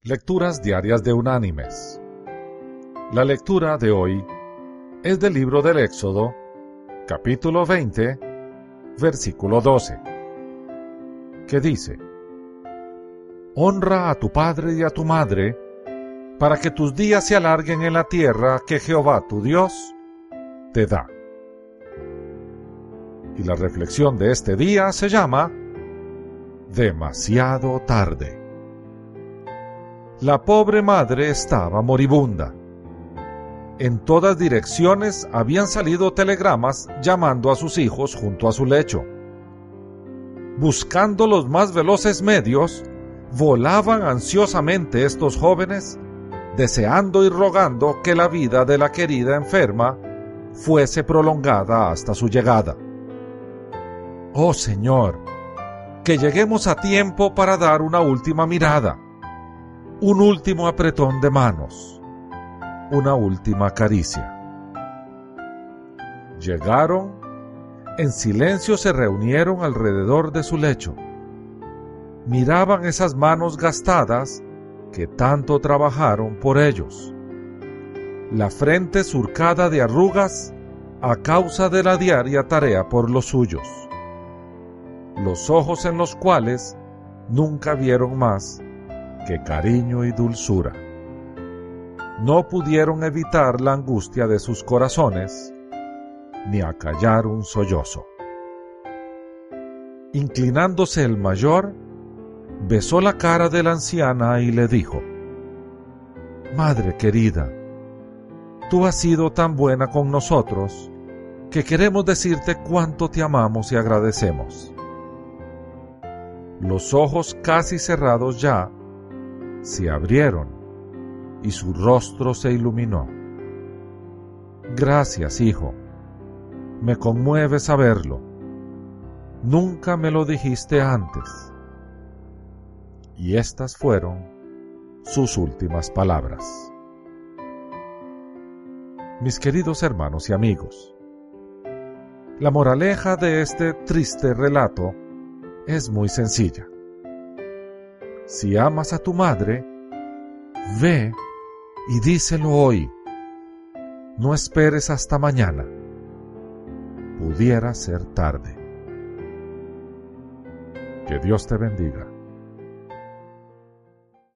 Lecturas diarias de Unánimes. La lectura de hoy es del libro del Éxodo, capítulo 20, versículo 12, que dice: Honra a tu padre y a tu madre, para que tus días se alarguen en la tierra que Jehová tu Dios te da. Y la reflexión de este día se llama Demasiado tarde. La pobre madre estaba moribunda. En todas direcciones habían salido telegramas llamando a sus hijos junto a su lecho. Buscando los más veloces medios, volaban ansiosamente estos jóvenes, deseando y rogando que la vida de la querida enferma fuese prolongada hasta su llegada. ¡Oh Señor! Que lleguemos a tiempo para dar una última mirada, un último apretón de manos, una última caricia. Llegaron, en silencio se reunieron alrededor de su lecho. Miraban esas manos gastadas que tanto trabajaron por ellos, la frente surcada de arrugas a causa de la diaria tarea por los suyos, los ojos en los cuales nunca vieron más que cariño y dulzura. No pudieron evitar la angustia de sus corazones, ni acallar un sollozo. Inclinándose el mayor, besó la cara de la anciana y le dijo: Madre querida, tú has sido tan buena con nosotros que queremos decirte cuánto te amamos y agradecemos. Los ojos casi cerrados ya se abrieron y su rostro se iluminó. Gracias, hijo. Me conmueve saberlo. Nunca me lo dijiste antes. Y estas fueron sus últimas palabras. Mis queridos hermanos y amigos, la moraleja de este triste relato es muy sencilla. Si amas a tu madre, ve y díselo hoy. No esperes hasta mañana. Pudiera ser tarde. Que Dios te bendiga.